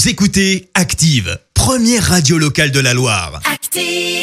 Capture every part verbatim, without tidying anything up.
Vous écoutez Active, première radio locale de la Loire. Active!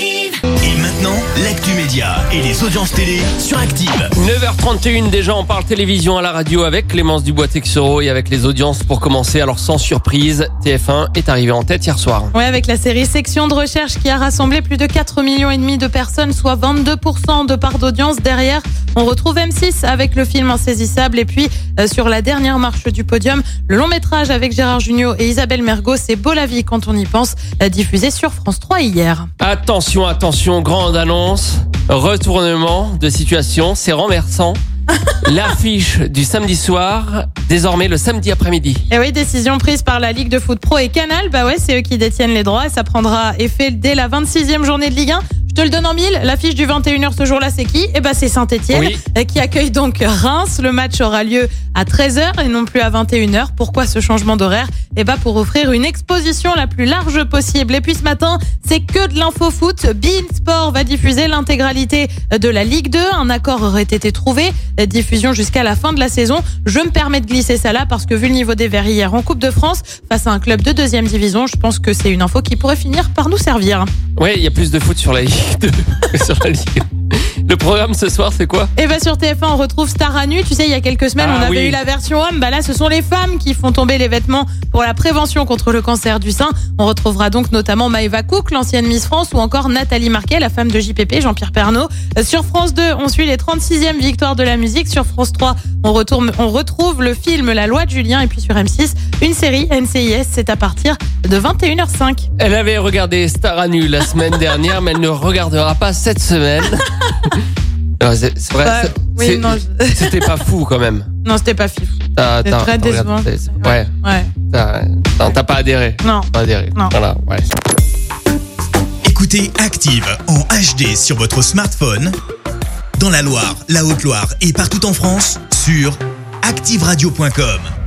Et maintenant, l'actu média et les audiences télé sur Active. neuf heures trente et une déjà, on parle télévision à la radio avec Clémence Dubois-Texoro et avec les audiences pour commencer. Alors sans surprise, T F un est arrivé en tête hier soir. Ouais, avec la série Section de recherche qui a rassemblé plus de quatre millions et demi de personnes, soit vingt-deux pour cent de part d'audience. Derrière, on retrouve M six avec le film Insaisissable. Et puis, euh, sur la dernière marche du podium, le long métrage avec Gérard Jugnot et Isabelle Mergo, c'est Beau la vie quand on y pense, euh, diffusé sur France trois hier. Attention, attention, grande annonce, retournement de situation, c'est renversant. L'affiche du samedi soir, désormais le samedi après-midi. Et oui, décision prise par la Ligue de foot pro et Canal. Bah ouais, c'est eux qui détiennent les droits et ça prendra effet dès la vingt-sixième journée de Ligue un. Je te le donne en mille, l'affiche du vingt et une heures ce jour-là, c'est qui? Eh ben, c'est Saint-Etienne, oui, qui accueille donc Reims. Le match aura lieu à treize heures et non plus à vingt et une heures. Pourquoi ce changement d'horaire? Eh ben, pour offrir une exposition la plus large possible. Et puis ce matin, c'est que de l'info foot. beIN Sport va diffuser l'intégralité de la Ligue deux. Un accord aurait été trouvé. Diffusion jusqu'à la fin de la saison. Je me permets de glisser ça là parce que vu le niveau des Verts hier en Coupe de France, face à un club de deuxième division, je pense que c'est une info qui pourrait finir par nous servir. Oui, il y a plus de foot sur la Ligue deux que sur la Ligue. Le programme ce soir, c'est quoi? Et bah sur T F un, on retrouve Star à nu. Tu sais, il y a quelques semaines, ah, on avait oui. eu la version homme. Bah là, ce sont les femmes qui font tomber les vêtements pour la prévention contre le cancer du sein. On retrouvera donc notamment Maëva Cook, l'ancienne Miss France, ou encore Nathalie Marquet, la femme de J P P, Jean-Pierre Pernaut. Sur France deux, on suit les trente-sixième victoires de la musique. Sur France trois, on, retourne, on retrouve le film La Loi de Julien. Et puis sur M six, une série N C I S. C'est à partir de vingt et une heures cinq. Elle avait regardé Star à nu la semaine dernière, mais elle ne regardera pas cette semaine. Non, c'est, c'est vrai, Bah, c'est, oui, c'est, non, je... c'était pas fou quand même. Non, c'était pas fif. T'as, C'est t'as, très t'as décevant. regardé, c'est- ouais, Ouais. t'as, non, t'as pas adhéré. Non. Pas adhéré. Non. Voilà, ouais. Écoutez Active en H D sur votre smartphone, dans la Loire, la Haute-Loire et partout en France, sur active radio point com.